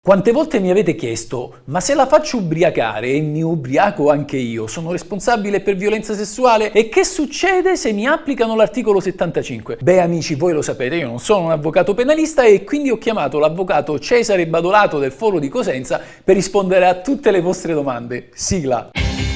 Quante volte mi avete chiesto, ma se la faccio ubriacare e mi ubriaco anche io, sono responsabile per violenza sessuale? E che succede se mi applicano l'articolo 75? Beh amici, voi lo sapete, io non sono un avvocato penalista e quindi ho chiamato l'avvocato Cesare Badolato del Foro di Cosenza per rispondere a tutte le vostre domande. Sigla!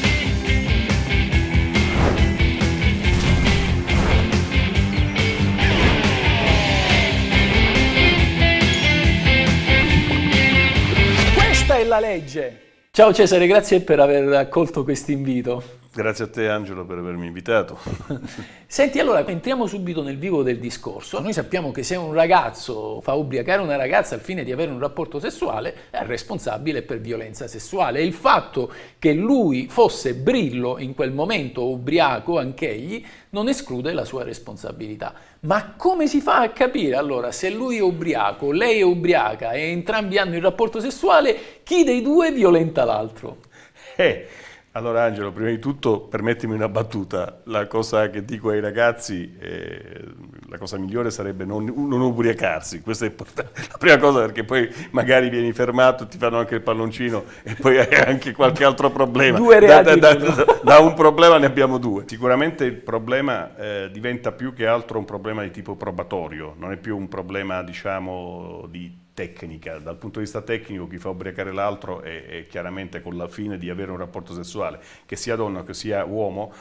È la legge. Ciao Cesare, grazie per aver accolto questo invito. Grazie a te Angelo per avermi invitato. Senti, allora entriamo subito nel vivo del discorso. Noi sappiamo che se un ragazzo fa ubriacare una ragazza al fine di avere un rapporto sessuale è responsabile per violenza sessuale. E il fatto che lui fosse brillo in quel momento, ubriaco anch'egli, non esclude la sua responsabilità. Ma come si fa a capire allora se lui è ubriaco, lei è ubriaca e entrambi hanno il rapporto sessuale, chi dei due violenta l'altro? Allora Angelo, prima di tutto permettimi una battuta, la cosa che dico ai ragazzi, la cosa migliore sarebbe non ubriacarsi, questa è importante, la prima cosa, perché poi magari vieni fermato, ti fanno anche il palloncino e poi hai anche qualche altro problema. Due reati da un problema ne abbiamo due. Sicuramente il problema diventa più che altro un problema di tipo probatorio, non è più un problema diciamo di tecnica. Dal punto di vista tecnico chi fa ubriacare l'altro è chiaramente con la fine di avere un rapporto sessuale, che sia donna che sia uomo,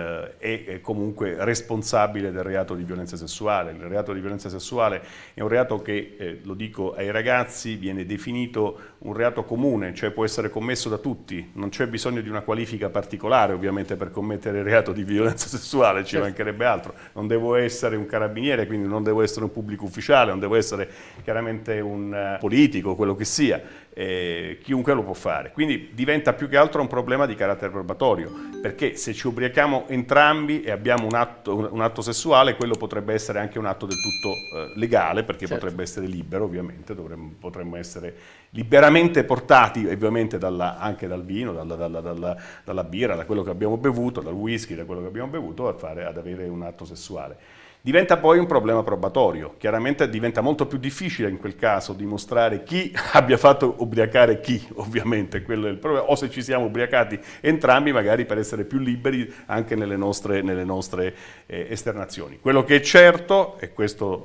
è comunque responsabile del reato di violenza sessuale. Il reato di violenza sessuale è un reato che, lo dico ai ragazzi, viene definito un reato comune, cioè può essere commesso da tutti, non c'è bisogno di una qualifica particolare ovviamente per commettere il reato di violenza sessuale, ci mancherebbe altro, non devo essere un carabiniere, quindi non devo essere un pubblico ufficiale, non devo essere chiaramente un politico, quello che sia, chiunque lo può fare, quindi diventa più che altro un problema di carattere probatorio, perché se ci ubriachiamo entrambi e abbiamo un atto sessuale, quello potrebbe essere anche un atto del tutto legale, perché potrebbe essere libero ovviamente, potremmo essere liberamente portati ovviamente anche dal vino, dalla birra, da quello che abbiamo bevuto, dal whisky, da quello che abbiamo bevuto, ad avere un atto sessuale. Diventa poi un problema probatorio, chiaramente diventa molto più difficile in quel caso dimostrare chi abbia fatto ubriacare chi, ovviamente, quello è il problema, o se ci siamo ubriacati entrambi magari per essere più liberi anche nelle nostre esternazioni. Quello che è certo, e questo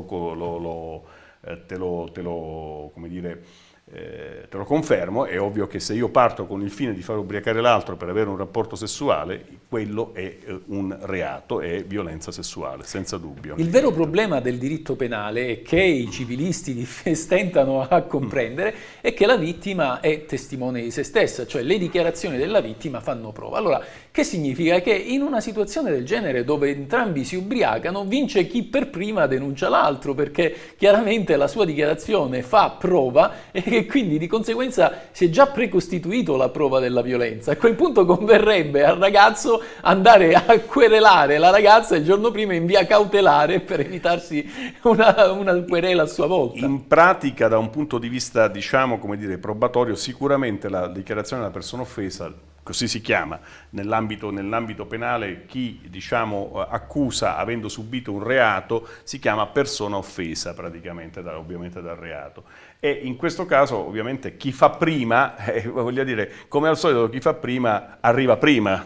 te lo confermo, è ovvio che se io parto con il fine di far ubriacare l'altro per avere un rapporto sessuale, quello è un reato, è violenza sessuale, senza dubbio. Il vero problema del diritto penale, che i civilisti stentano a comprendere, è che la vittima è testimone di se stessa, cioè le dichiarazioni della vittima fanno prova. Allora, che significa? Che in una situazione del genere, dove entrambi si ubriacano, vince chi per prima denuncia l'altro, perché chiaramente la sua dichiarazione fa prova e quindi di conseguenza si è già precostituito la prova della violenza. A quel punto converrebbe al ragazzo andare a querelare la ragazza il giorno prima in via cautelare per evitarsi una querela a sua volta. In pratica, da un punto di vista, diciamo, come dire, probatorio, sicuramente la dichiarazione della persona offesa, così si chiama nell'ambito penale, chi diciamo accusa avendo subito un reato si chiama persona offesa praticamente ovviamente dal reato, e in questo caso ovviamente chi fa prima, voglio dire, come al solito chi fa prima arriva prima,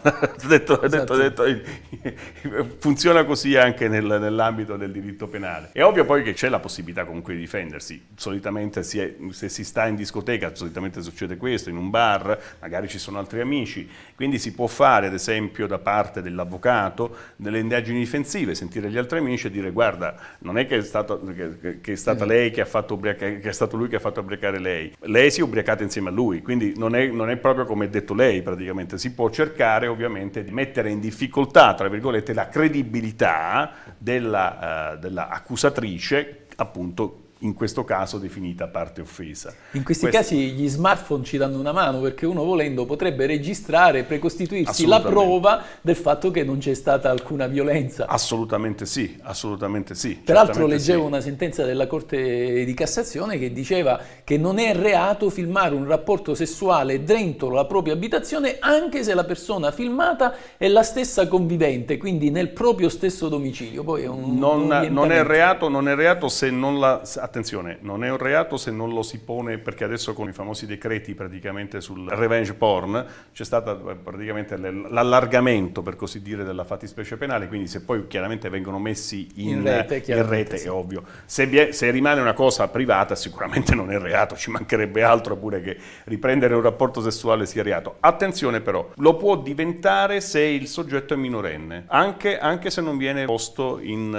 funziona così anche nell'ambito del diritto penale. È ovvio poi che c'è la possibilità comunque di difendersi, solitamente se si sta in discoteca, solitamente succede questo, in un bar, magari ci sono altri amici, quindi si può fare ad esempio da parte dell'avvocato delle indagini difensive, sentire gli altri amici e dire guarda, non è che è stata lei che ha fatto ubriacare, che è stato lui che ha fatto ubriacare lei si è ubriacata insieme a lui, quindi non è proprio come ha detto lei praticamente, si può cercare ovviamente di mettere in difficoltà tra virgolette la credibilità della accusatrice, appunto in questo caso definita parte offesa. In questi casi gli smartphone ci danno una mano, perché uno volendo potrebbe registrare e precostituirsi la prova del fatto che non c'è stata alcuna violenza. Assolutamente sì, assolutamente sì. Peraltro leggevo una sentenza della Corte di Cassazione che diceva che non è reato filmare un rapporto sessuale dentro la propria abitazione anche se la persona filmata è la stessa convivente, quindi nel proprio stesso domicilio. Poi è non è reato se non la attenzione, non è un reato se non lo si pone, perché adesso con i famosi decreti praticamente sul revenge porn c'è stato praticamente l'allargamento, per così dire, della fattispecie penale, quindi se poi chiaramente vengono messi in rete sì. È ovvio. Se rimane una cosa privata sicuramente non è reato, ci mancherebbe altro pure che riprendere un rapporto sessuale sia reato. Attenzione però, lo può diventare se il soggetto è minorenne, anche se non viene posto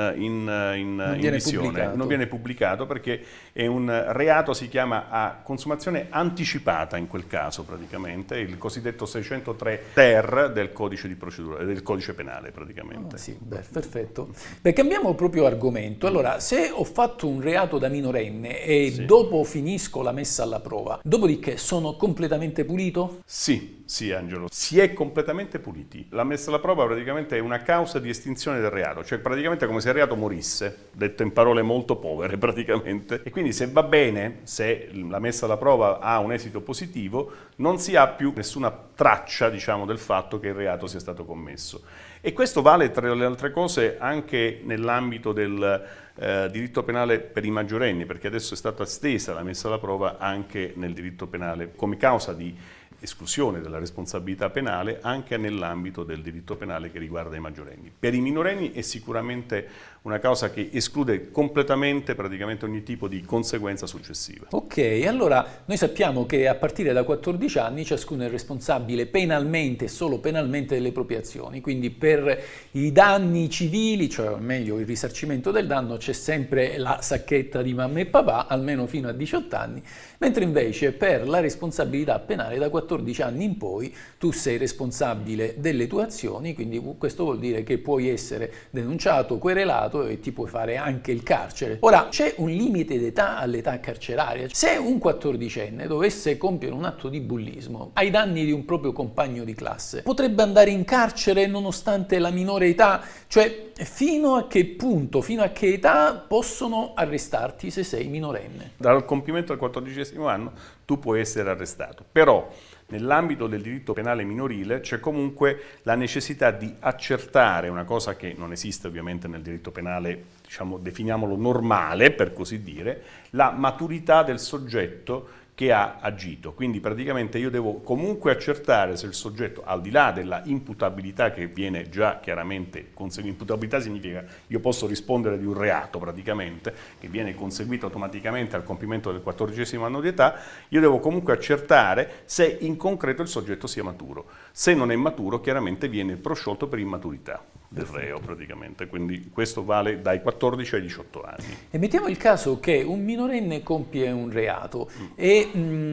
in visione, non viene pubblicato, perché è un reato, si chiama a consumazione anticipata in quel caso praticamente, il cosiddetto 603 ter del codice di procedura, del codice penale praticamente. Sì, perfetto. Beh, cambiamo proprio argomento. Allora, se ho fatto un reato da minorenne e dopo finisco la messa alla prova, dopodiché sono completamente pulito? Sì, Angelo, si è completamente puliti. La messa alla prova praticamente è una causa di estinzione del reato, cioè praticamente come se il reato morisse, detto in parole molto povere praticamente, e quindi se va bene, se la messa alla prova ha un esito positivo, non si ha più nessuna traccia, diciamo, del fatto che il reato sia stato commesso. E questo vale, tra le altre cose, anche nell'ambito del diritto penale per i maggiorenni, perché adesso è stata estesa la messa alla prova anche nel diritto penale come causa di esclusione della responsabilità penale anche nell'ambito del diritto penale che riguarda i maggiorenni. Per i minorenni è sicuramente una causa che esclude completamente praticamente ogni tipo di conseguenza successiva. Ok, allora noi sappiamo che a partire da 14 anni ciascuno è responsabile penalmente e solo penalmente delle proprie azioni, quindi per i danni civili, cioè o meglio il risarcimento del danno, c'è sempre la sacchetta di mamma e papà, almeno fino a 18 anni, mentre invece per la responsabilità penale da 14 anni in poi tu sei responsabile delle tue azioni, quindi questo vuol dire che puoi essere denunciato, querelato e ti puoi fare anche il carcere. Ora, c'è un limite d'età all'età carceraria. Se un 14enne dovesse compiere un atto di bullismo ai danni di un proprio compagno di classe, potrebbe andare in carcere nonostante la minore età? Cioè, fino a che punto, fino a che età possono arrestarti se sei minorenne? Dal compimento del 14° anno tu puoi essere arrestato, però nell'ambito del diritto penale minorile c'è comunque la necessità di accertare una cosa che non esiste ovviamente nel diritto penale, diciamo, definiamolo normale per così dire, la maturità del soggetto che ha agito. Quindi praticamente io devo comunque accertare se il soggetto, al di là della imputabilità che viene già chiaramente conseguita, imputabilità significa io posso rispondere di un reato praticamente, che viene conseguito automaticamente al compimento del 14° anno di età, io devo comunque accertare se in concreto il soggetto sia maturo. Se non è maturo chiaramente viene prosciolto per immaturità del reo praticamente, quindi questo vale dai 14 ai 18 anni. E mettiamo il caso che un minorenne compie un reato e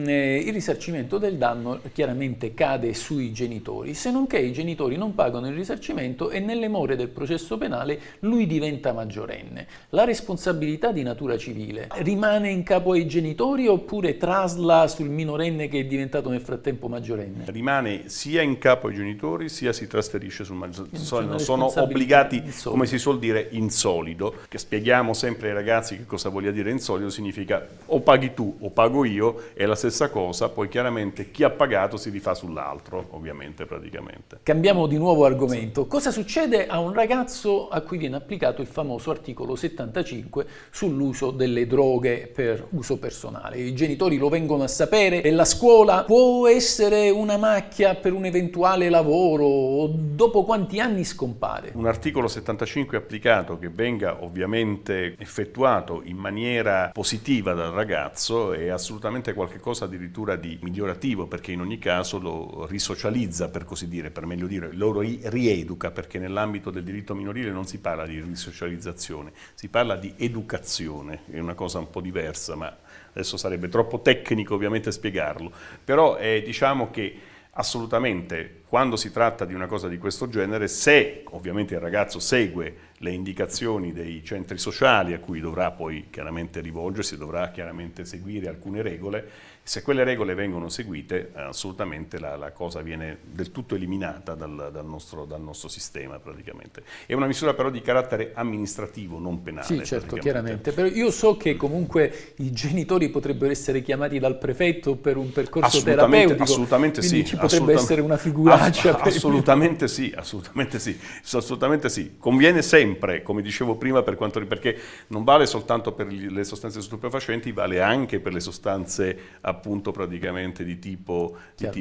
il risarcimento del danno chiaramente cade sui genitori, se non che i genitori non pagano il risarcimento e nelle more del processo penale lui diventa maggiorenne. La responsabilità di natura civile rimane in capo ai genitori oppure trasla sul minorenne che è diventato nel frattempo maggiorenne? Rimane sia in capo ai genitori sia si trasferisce sul maggiorenne. Sono obbligati, come si suol dire, in solido, che spieghiamo sempre ai ragazzi che cosa voglia dire in solido, significa o paghi tu o pago io, è la stessa cosa, poi chiaramente chi ha pagato si rifà sull'altro, ovviamente, praticamente. Cambiamo di nuovo argomento. Cosa succede a un ragazzo a cui viene applicato il famoso articolo 75 sull'uso delle droghe per uso personale? I genitori lo vengono a sapere e la scuola può essere una macchia per un eventuale lavoro? Dopo quanti anni scompare? Un articolo 75 applicato che venga ovviamente effettuato in maniera positiva dal ragazzo è assolutamente qualcosa addirittura di migliorativo, perché in ogni caso lo risocializza, per così dire, per meglio dire, lo rieduca, perché nell'ambito del diritto minorile non si parla di risocializzazione, si parla di educazione, è una cosa un po' diversa, ma adesso sarebbe troppo tecnico ovviamente spiegarlo, però diciamo che assolutamente quando si tratta di una cosa di questo genere, se ovviamente il ragazzo segue le indicazioni dei centri sociali a cui dovrà poi chiaramente rivolgersi, dovrà chiaramente seguire alcune regole, se quelle regole vengono seguite assolutamente la cosa viene del tutto eliminata dal nostro sistema praticamente. È una misura però di carattere amministrativo, non penale. Sì, certo, chiaramente. Però io so che comunque i genitori potrebbero essere chiamati dal prefetto per un percorso terapeutico. Assolutamente quindi sì. Ci potrebbe essere una figuraccia. Assolutamente sì, assolutamente sì. Conviene sempre sempre, come dicevo prima, perché non vale soltanto per le sostanze stupefacenti, vale anche per le sostanze appunto praticamente di tipo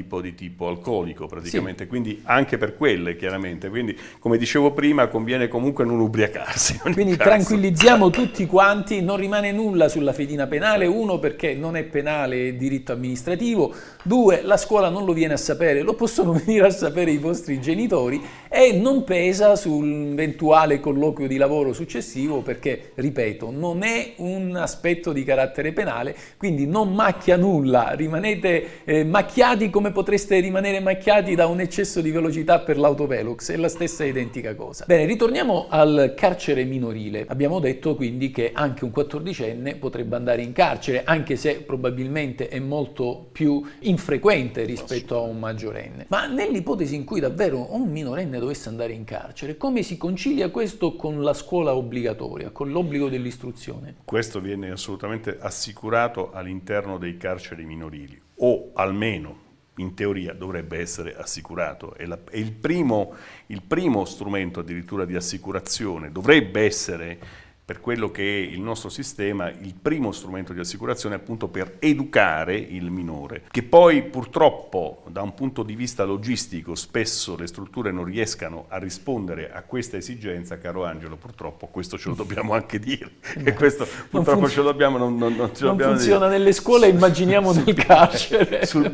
alcolico praticamente, sì. Quindi anche per quelle chiaramente, quindi come dicevo prima conviene comunque non ubriacarsi. Quindi tranquillizziamo tutti quanti, non rimane nulla sulla fedina penale, uno perché non è penale, è diritto amministrativo, due la scuola non lo viene a sapere, lo possono venire a sapere i vostri genitori e non pesa sull'eventuale colloquio di lavoro successivo perché, ripeto, non è un aspetto di carattere penale, quindi non macchia nulla, rimanete macchiati come potreste rimanere macchiati da un eccesso di velocità per l'autovelox, è la stessa identica cosa. Bene, ritorniamo al carcere minorile. Abbiamo detto quindi che anche un 14enne potrebbe andare in carcere, anche se probabilmente è molto più infrequente rispetto a un maggiorenne. Ma nell'ipotesi in cui davvero un minorenne dovesse andare in carcere, come si concilia questo con la scuola obbligatoria, con l'obbligo dell'istruzione? Questo viene assolutamente assicurato all'interno dei carceri minorili, o almeno in teoria dovrebbe essere assicurato. È il primo strumento addirittura di assicurazione, dovrebbe essere, per quello che è il nostro sistema, il primo strumento di assicurazione appunto per educare il minore, che poi purtroppo da un punto di vista logistico spesso le strutture non riescano a rispondere a questa esigenza, caro Angelo, purtroppo questo ce lo dobbiamo anche dire, e questo purtroppo ce lo dobbiamo, non funziona dire. Nelle scuole, immaginiamo nel carcere. Sul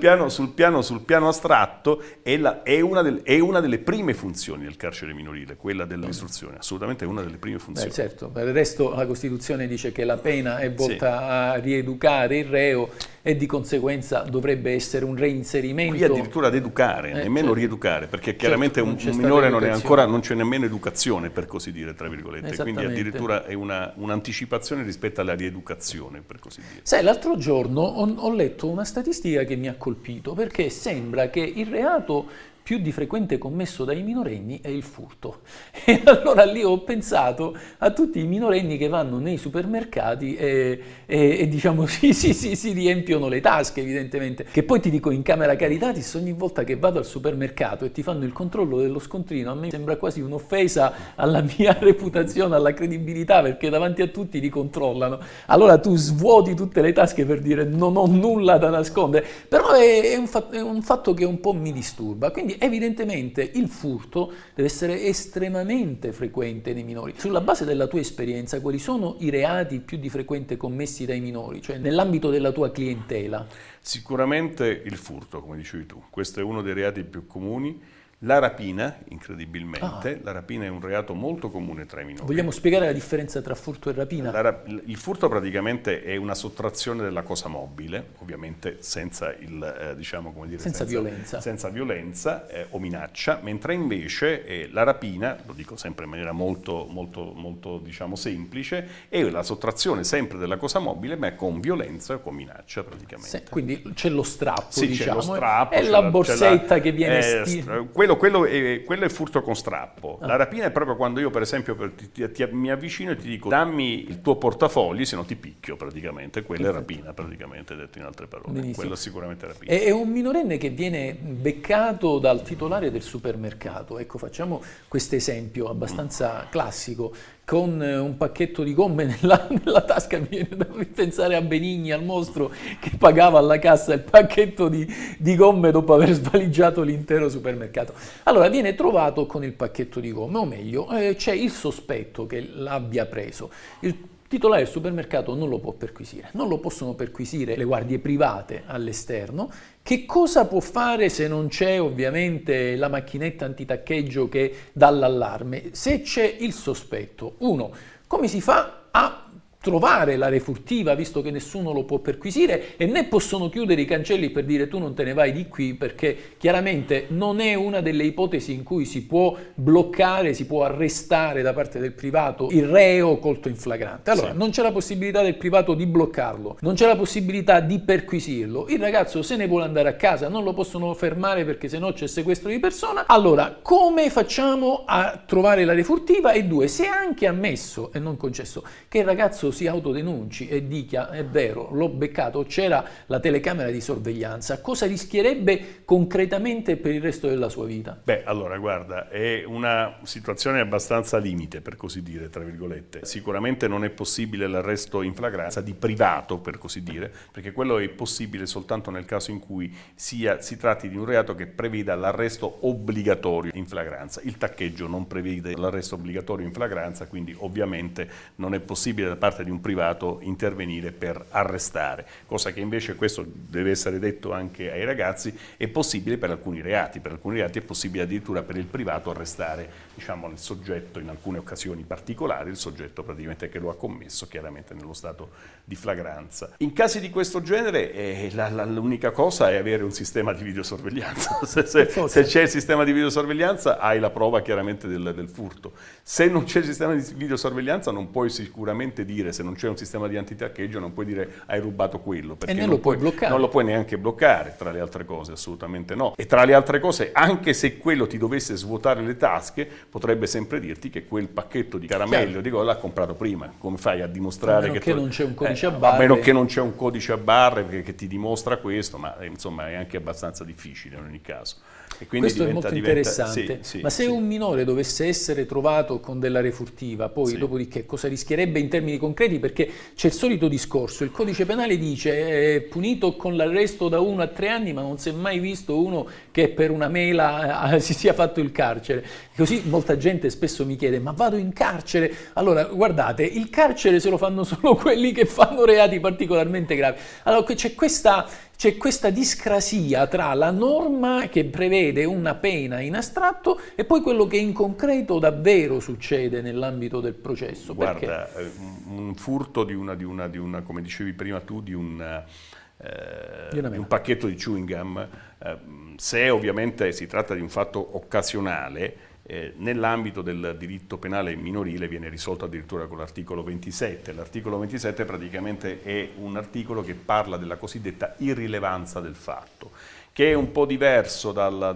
piano astratto è una delle prime funzioni del carcere minorile, quella dell'istruzione, assolutamente è una delle prime funzioni. Certo, per il resto la Costituzione dice che la pena è volta a rieducare il reo e di conseguenza dovrebbe essere un reinserimento. Qui addirittura ad educare, nemmeno rieducare, perché chiaramente un minore non c'è nemmeno educazione, per così dire, tra virgolette, quindi addirittura è un'anticipazione rispetto alla rieducazione, per così dire. Sai, l'altro giorno ho letto una statistica che mi ha colpito, perché sembra che il reato più di frequente commesso dai minorenni è il furto. E allora lì ho pensato a tutti i minorenni che vanno nei supermercati e diciamo si riempiono le tasche, evidentemente. Che poi ti dico, in Camera Caritatis ogni volta che vado al supermercato e ti fanno il controllo dello scontrino, a me sembra quasi un'offesa alla mia reputazione, alla credibilità, perché davanti a tutti ti controllano. Allora tu svuoti tutte le tasche per dire non ho nulla da nascondere, però è un fatto che un po' mi disturba. Quindi evidentemente il furto deve essere estremamente frequente nei minori. Sulla base della tua esperienza, quali sono i reati più di frequente commessi dai minori, cioè nell'ambito della tua clientela? Sicuramente il furto, come dicevi tu, questo è uno dei reati più comuni. La rapina, incredibilmente, la rapina è un reato molto comune tra i minori. Vogliamo spiegare la differenza tra furto e rapina? Il furto praticamente è una sottrazione della cosa mobile, ovviamente senza violenza. Senza violenza o minaccia, mentre invece la rapina, lo dico sempre in maniera molto diciamo semplice, è la sottrazione sempre della cosa mobile, ma con violenza o con minaccia praticamente. Quindi c'è lo strappo, sì, diciamo, c'è lo strappo, è la borsetta che viene stirata. Quello è furto con strappo. La rapina è proprio quando io, per esempio, mi avvicino e ti dico dammi il tuo portafogli, se no ti picchio praticamente. Quella è rapina, praticamente, detto in altre parole. Benissimo. Quello sicuramente è rapina. È un minorenne che viene beccato dal titolare del supermercato. Ecco, facciamo questo esempio abbastanza classico. Con un pacchetto di gomme nella tasca, mi viene da pensare a Benigni, al mostro che pagava alla cassa il pacchetto di gomme dopo aver svaligiato l'intero supermercato. Allora viene trovato con il pacchetto di gomme, o meglio, c'è il sospetto che l'abbia preso. Il titolare del supermercato non lo può perquisire, non lo possono perquisire le guardie private all'esterno. Che cosa può fare se non c'è ovviamente la macchinetta antitaccheggio che dà l'allarme? Se c'è il sospetto, uno, come si fa a trovare la refurtiva, visto che nessuno lo può perquisire e né possono chiudere i cancelli per dire tu non te ne vai di qui, perché chiaramente non è una delle ipotesi in cui si può bloccare, si può arrestare da parte del privato il reo colto in flagrante. Allora, non c'è la possibilità del privato di bloccarlo, non c'è la possibilità di perquisirlo, il ragazzo se ne vuole andare a casa, non lo possono fermare perché sennò c'è sequestro di persona. Allora, come facciamo a trovare la refurtiva? E due, se è anche ammesso e non concesso che il ragazzo si autodenunci e dica è vero, l'ho beccato, c'era la telecamera di sorveglianza, cosa rischierebbe concretamente per il resto della sua vita? Beh, allora guarda, è una situazione abbastanza limite, per così dire, tra virgolette. Sicuramente non è possibile l'arresto in flagranza di privato, per così dire, perché quello è possibile soltanto nel caso in cui si tratti di un reato che preveda l'arresto obbligatorio in flagranza. Il taccheggio non prevede l'arresto obbligatorio in flagranza, quindi ovviamente non è possibile da parte di un privato intervenire per arrestare, cosa che invece, questo deve essere detto anche ai ragazzi, è possibile per alcuni reati. Per alcuni reati è possibile addirittura per il privato arrestare, diciamo, il soggetto in alcune occasioni particolari, il soggetto praticamente che lo ha commesso, chiaramente nello stato di flagranza. In casi di questo genere l'unica cosa è avere un sistema di videosorveglianza. Se c'è il sistema di videosorveglianza hai la prova chiaramente del furto. Se non c'è il sistema di videosorveglianza non puoi sicuramente dire, se non c'è un sistema di antitaccheggio non puoi dire hai rubato quello, perché non lo puoi bloccare. Non lo puoi neanche bloccare, tra le altre cose, assolutamente no. E tra le altre cose, anche se quello ti dovesse svuotare le tasche, potrebbe sempre dirti che quel pacchetto di caramello di l'ha comprato prima. Come fai a dimostrare che non c'è un codice a barre? A meno che non c'è un codice a barre che ti dimostra questo, ma insomma è anche abbastanza difficile in ogni caso. E quindi questo è molto interessante, ma se un minore dovesse essere trovato con della refurtiva, poi dopodiché cosa rischierebbe in termini concreti? Perché c'è il solito discorso, il codice penale dice è punito con l'arresto da 1 a 3 anni, ma non si è mai visto uno che per una mela si sia fatto il carcere. Così molta gente spesso mi chiede, ma vado in carcere? Allora guardate, il carcere se lo fanno solo quelli che fanno reati particolarmente gravi. Allora c'è questa discrasia tra la norma che prevede una pena in astratto e poi quello che in concreto davvero succede nell'ambito del processo. Guarda, un furto di una, come dicevi prima tu, di un pacchetto di chewing gum, se ovviamente si tratta di un fatto occasionale, nell'ambito del diritto penale minorile viene risolto addirittura con l'articolo 27. L'articolo 27 praticamente è un articolo che parla della cosiddetta irrilevanza del fatto, che è un po' diverso dal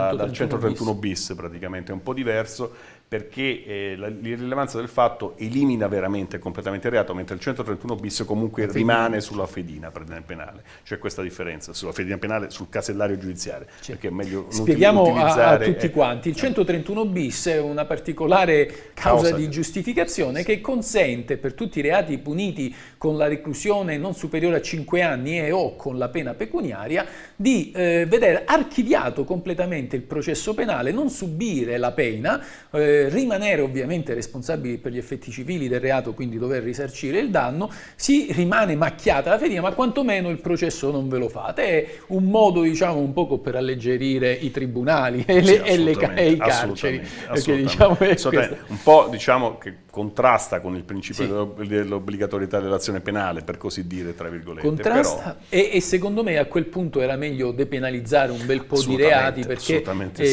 131 bis, praticamente è un po' diverso perché l'irrilevanza del fatto elimina veramente completamente il reato, mentre il 131 bis comunque rimane sulla fedina penale. C'è questa differenza, sulla fedina penale, sul casellario giudiziario, perché è meglio spieghiamo utilizzare... a tutti quanti, il 131 bis è una particolare causa di giustificazione che consente per tutti i reati puniti con la reclusione non superiore a 5 anni e o con la pena pecuniaria di vedere archiviato completamente il processo penale, non subire la pena, rimanere ovviamente responsabili per gli effetti civili del reato, quindi dover risarcire il danno, si rimane macchiata la fedina, ma quantomeno il processo non ve lo fate. È un modo, diciamo, un poco per alleggerire i tribunali e i carceri. Perché, diciamo, un po', diciamo, che contrasta con il principio dell'obbligatorietà dell'azione penale, per così dire, tra virgolette. Contrasta, però... e secondo me a quel punto era meglio depenalizzare un bel po' di reati, perché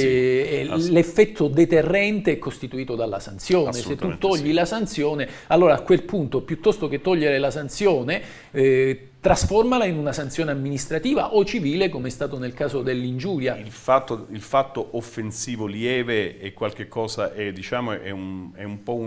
l'effetto deterrente è costituito dalla sanzione. Se tu togli la sanzione, allora a quel punto, piuttosto che togliere la sanzione, trasformala in una sanzione amministrativa o civile, come è stato nel caso dell'ingiuria. Il fatto offensivo lieve è qualche cosa, diciamo, è un po'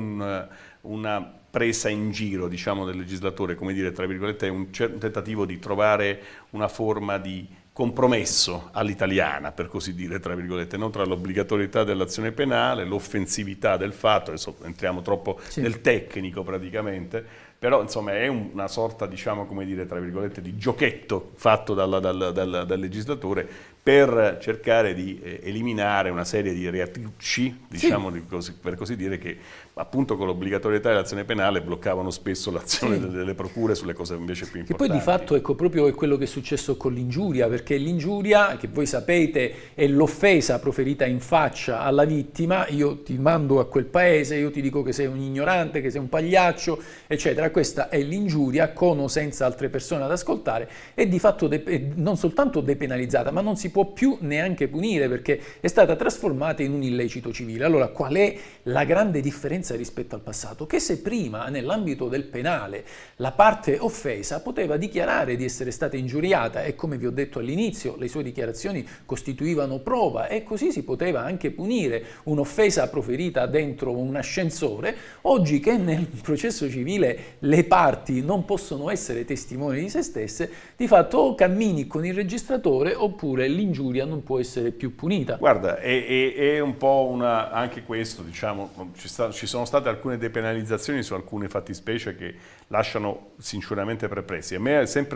una presa in giro, diciamo, del legislatore, come dire, tra virgolette, è un tentativo di trovare una forma di compromesso all'italiana, per così dire, tra virgolette, non tra l'obbligatorietà dell'azione penale, l'offensività del fatto, adesso entriamo troppo nel tecnico praticamente, però insomma è una sorta, diciamo, come dire, tra virgolette, di giochetto fatto dal legislatore per cercare di eliminare una serie di reatucci, diciamo, per così dire, che appunto con l'obbligatorietà dell'azione penale bloccavano spesso l'azione delle procure sulle cose invece più importanti. Che poi di fatto, ecco, proprio è quello che è successo con l'ingiuria, perché l'ingiuria, che voi sapete, è l'offesa proferita in faccia alla vittima: io ti mando a quel paese, io ti dico che sei un ignorante, che sei un pagliaccio, eccetera. Questa è l'ingiuria, con o senza altre persone ad ascoltare, e di fatto non soltanto depenalizzata, ma non si può più neanche punire, perché è stata trasformata in un illecito civile. Allora, qual è la grande differenza rispetto al passato? Che se prima nell'ambito del penale la parte offesa poteva dichiarare di essere stata ingiuriata e, come vi ho detto all'inizio, le sue dichiarazioni costituivano prova e così si poteva anche punire un'offesa proferita dentro un ascensore, oggi che nel processo civile le parti non possono essere testimoni di se stesse, di fatto o cammini con il registratore oppure l'ingiuria non può essere più punita. Guarda, è un po' anche questo, diciamo, ci sono state alcune depenalizzazioni su alcune fattispecie che lasciano sinceramente perplessi. A me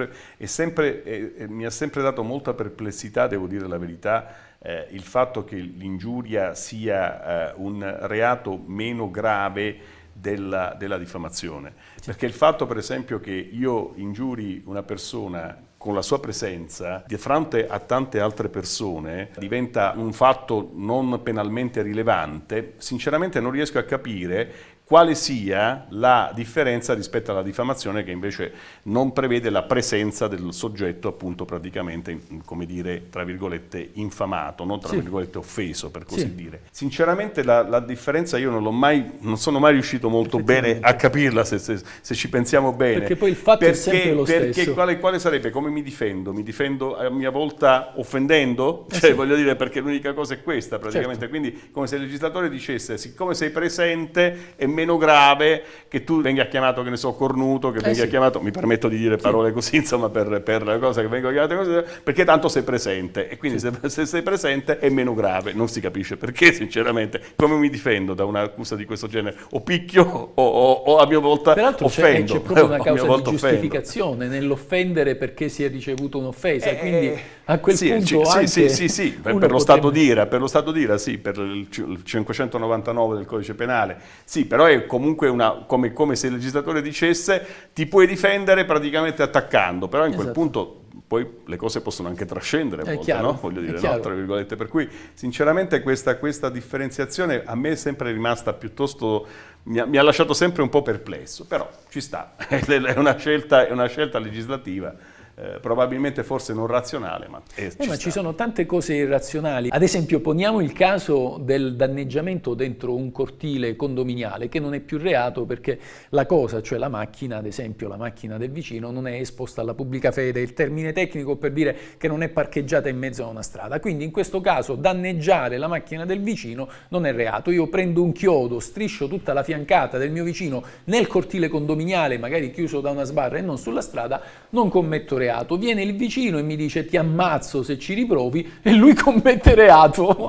mi ha sempre dato molta perplessità, devo dire la verità, il fatto che l'ingiuria sia un reato meno grave della diffamazione. Perché il fatto, per esempio, che io ingiuri una persona con la sua presenza di fronte a tante altre persone diventa un fatto non penalmente rilevante, sinceramente non riesco a capire quale sia la differenza rispetto alla diffamazione, che invece non prevede la presenza del soggetto, appunto, praticamente, come dire, tra virgolette, infamato, non tra virgolette offeso, per così dire. Sinceramente la differenza io non sono mai riuscito molto bene a capirla, se ci pensiamo bene. Perché poi il fatto è sempre lo stesso. Quale sarebbe? Come mi difendo? Mi difendo a mia volta offendendo? Cioè, voglio dire, perché l'unica cosa è questa, praticamente. Certo. Quindi, come se il legislatore dicesse, siccome sei presente, è meno grave che tu venga chiamato, che ne so, cornuto, che venga chiamato, mi permetto di dire parole così, insomma, per la cosa che vengo chiamato così, perché tanto sei presente, e quindi se sei presente è meno grave. Non si capisce perché, sinceramente. Come mi difendo da un'accusa di questo genere? O picchio o a mia volta peraltro offendo. C'è proprio una causa di giustificazione nell'offendere perché si è ricevuto un'offesa, quindi a quel punto sì, per lo Stato d'ira, sì, per il 599 del codice penale, sì, però è comunque come se il legislatore dicesse ti puoi difendere praticamente attaccando, però in quel punto poi le cose possono anche trascendere a volte, no? Voglio dire, no? Tra virgolette, per cui sinceramente questa differenziazione a me è sempre rimasta piuttosto, mi ha lasciato sempre un po' perplesso, però ci sta, è una scelta legislativa. Probabilmente forse non razionale, ma ci sono tante cose irrazionali. Ad esempio, poniamo il caso del danneggiamento dentro un cortile condominiale, che non è più reato perché la cosa, cioè la macchina, ad esempio la macchina del vicino, non è esposta alla pubblica fede, il termine tecnico per dire che non è parcheggiata in mezzo a una strada. Quindi in questo caso danneggiare la macchina del vicino non è reato. Io prendo un chiodo, striscio tutta la fiancata del mio vicino nel cortile condominiale, magari chiuso da una sbarra e non sulla strada, non commetto reato. Viene il vicino e mi dice ti ammazzo se ci riprovi, e lui commette reato.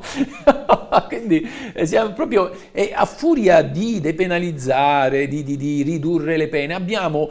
Quindi siamo proprio a furia di depenalizzare, di ridurre le pene, abbiamo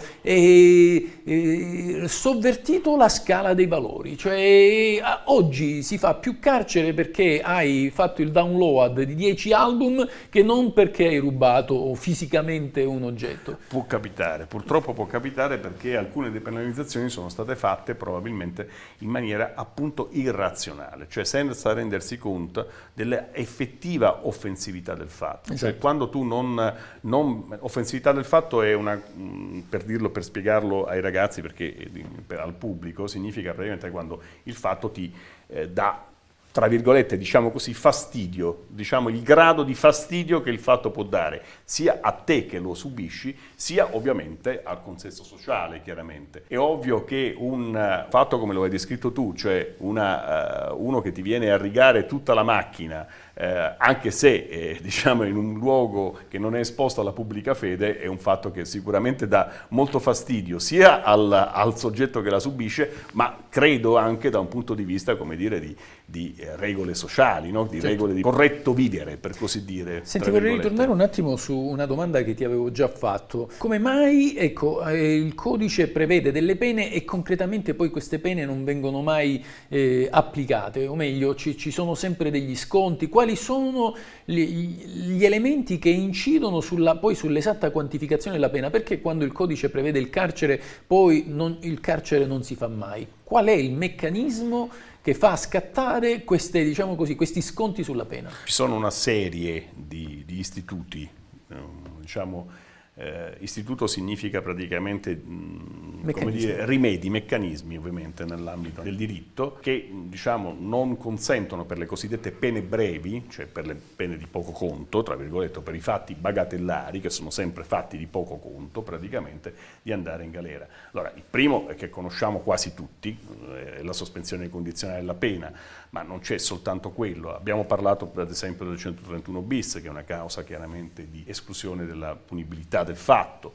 sovvertito la scala dei valori. Cioè oggi si fa più carcere perché hai fatto il download di 10 album che non perché hai rubato fisicamente un oggetto. Può capitare, purtroppo può capitare, perché alcune depenalizzazioni sono state fatte probabilmente in maniera appunto irrazionale, cioè senza rendersi conto dell'effettiva offensività del fatto. Esatto. Cioè quando tu offensività del fatto è per spiegarlo ai ragazzi, perché al pubblico, significa praticamente quando il fatto ti dà, tra virgolette, diciamo così, fastidio, diciamo il grado di fastidio che il fatto può dare sia a te che lo subisci, sia ovviamente al consesso sociale, chiaramente. È ovvio che un fatto come lo hai descritto tu, cioè uno che ti viene a rigare tutta la macchina, anche se diciamo in un luogo che non è esposto alla pubblica fede, è un fatto che sicuramente dà molto fastidio sia al soggetto che la subisce, ma credo anche da un punto di vista, come dire, di regole sociali, no? Di regole di corretto vivere, per così dire. Senti, vorrei ritornare un attimo su una domanda che ti avevo già fatto. Come mai, il codice prevede delle pene e concretamente poi queste pene non vengono mai applicate? O meglio, ci sono sempre degli sconti? Quali sono gli elementi che incidono poi sull'esatta quantificazione della pena? Perché quando il codice prevede il carcere, poi il carcere non si fa mai? Qual è il meccanismo che fa scattare questi sconti sulla pena? Ci sono una serie di istituti, istituto significa praticamente come dire, rimedi, meccanismi ovviamente nell'ambito del diritto, che non consentono per le cosiddette pene brevi, cioè per le pene di poco conto, tra virgolette, per i fatti bagatellari, che sono sempre fatti di poco conto praticamente, di andare in galera. Allora, il primo è che conosciamo quasi tutti, è la sospensione condizionale della pena, ma non c'è soltanto quello. Abbiamo parlato ad esempio del 131 bis, che è una causa chiaramente di esclusione della punibilità gravità del fatto.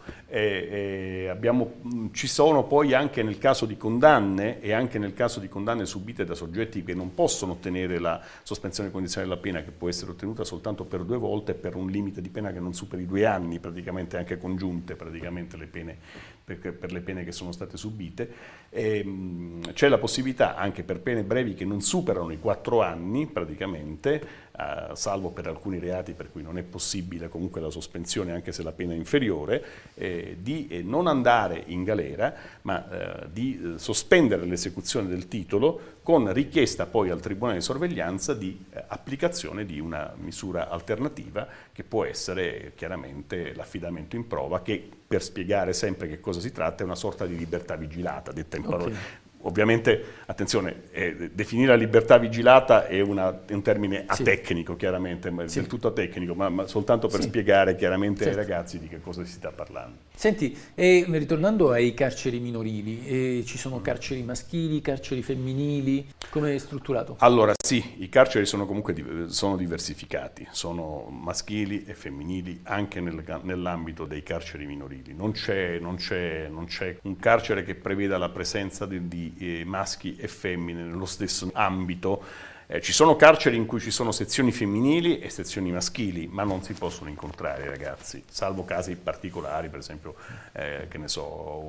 Ci sono poi anche nel caso di condanne e anche nel caso di condanne subite da soggetti che non possono ottenere la sospensione condizionale della pena, che può essere ottenuta soltanto per 2 volte, per un limite di pena che non superi 2 anni, praticamente anche congiunte, praticamente le pene, per le pene che sono state subite. C'è la possibilità anche per pene brevi che non superano i 4 anni, praticamente, salvo per alcuni reati per cui non è possibile comunque la sospensione anche se la pena è inferiore, di non andare in galera, ma di sospendere l'esecuzione del titolo con richiesta poi al Tribunale di sorveglianza di applicazione di una misura alternativa che può essere chiaramente l'affidamento in prova, che, per spiegare sempre che cosa si tratta, è una sorta di libertà vigilata, detta in parole. Ovviamente, attenzione, definire la libertà vigilata è un termine atecnico, chiaramente, del tutto atecnico, ma soltanto per spiegare chiaramente ai ragazzi di che cosa si sta parlando. Senti, ritornando ai carceri minorili, ci sono carceri maschili, carceri femminili, come è strutturato? Allora sì, i carceri sono comunque diversificati, sono maschili e femminili anche nell'ambito dei carceri minorili. Non c'è un carcere che preveda la presenza di maschi e femmine nello stesso ambito. Ci sono carceri in cui ci sono sezioni femminili e sezioni maschili, ma non si possono incontrare, ragazzi, salvo casi particolari, per esempio, che ne so,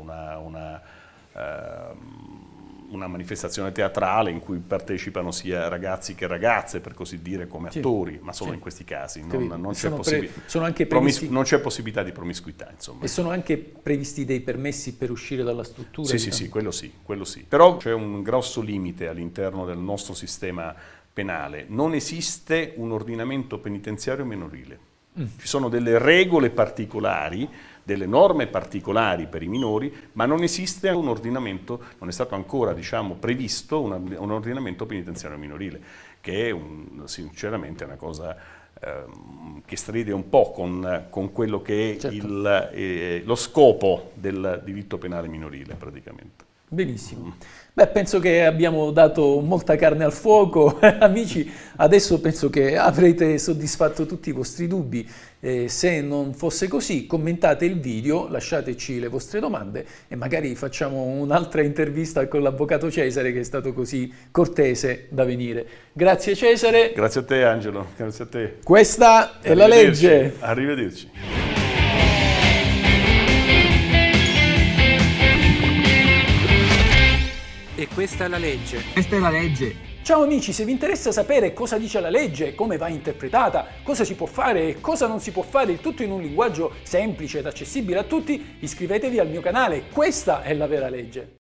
una manifestazione teatrale in cui partecipano sia ragazzi che ragazze, per così dire, come attori, ma solo in questi casi. Non c'è possibilità di promiscuità, insomma. E sono anche previsti dei permessi per uscire dalla struttura? Sì, quello sì. Però c'è un grosso limite all'interno del nostro sistema penale. Non esiste un ordinamento penitenziario minorile. Ci sono delle regole particolari, delle norme particolari per i minori, ma non esiste un ordinamento, non è stato ancora, diciamo, previsto un ordinamento penitenziario minorile, che è sinceramente una cosa che stride un po' con quello che è lo scopo del diritto penale minorile, praticamente. Benissimo. Beh, penso che abbiamo dato molta carne al fuoco, amici. Adesso penso che avrete soddisfatto tutti i vostri dubbi. Se non fosse così, commentate il video, lasciateci le vostre domande e magari facciamo un'altra intervista con l'avvocato Cesare, che è stato così cortese da venire. Grazie Cesare. Grazie a te Angelo, grazie a te. Questa è la legge. Arrivederci. E questa è la legge. Questa è la legge. Ciao amici, se vi interessa sapere cosa dice la legge, come va interpretata, cosa si può fare e cosa non si può fare, il tutto in un linguaggio semplice ed accessibile a tutti, iscrivetevi al mio canale. Questa è la vera legge.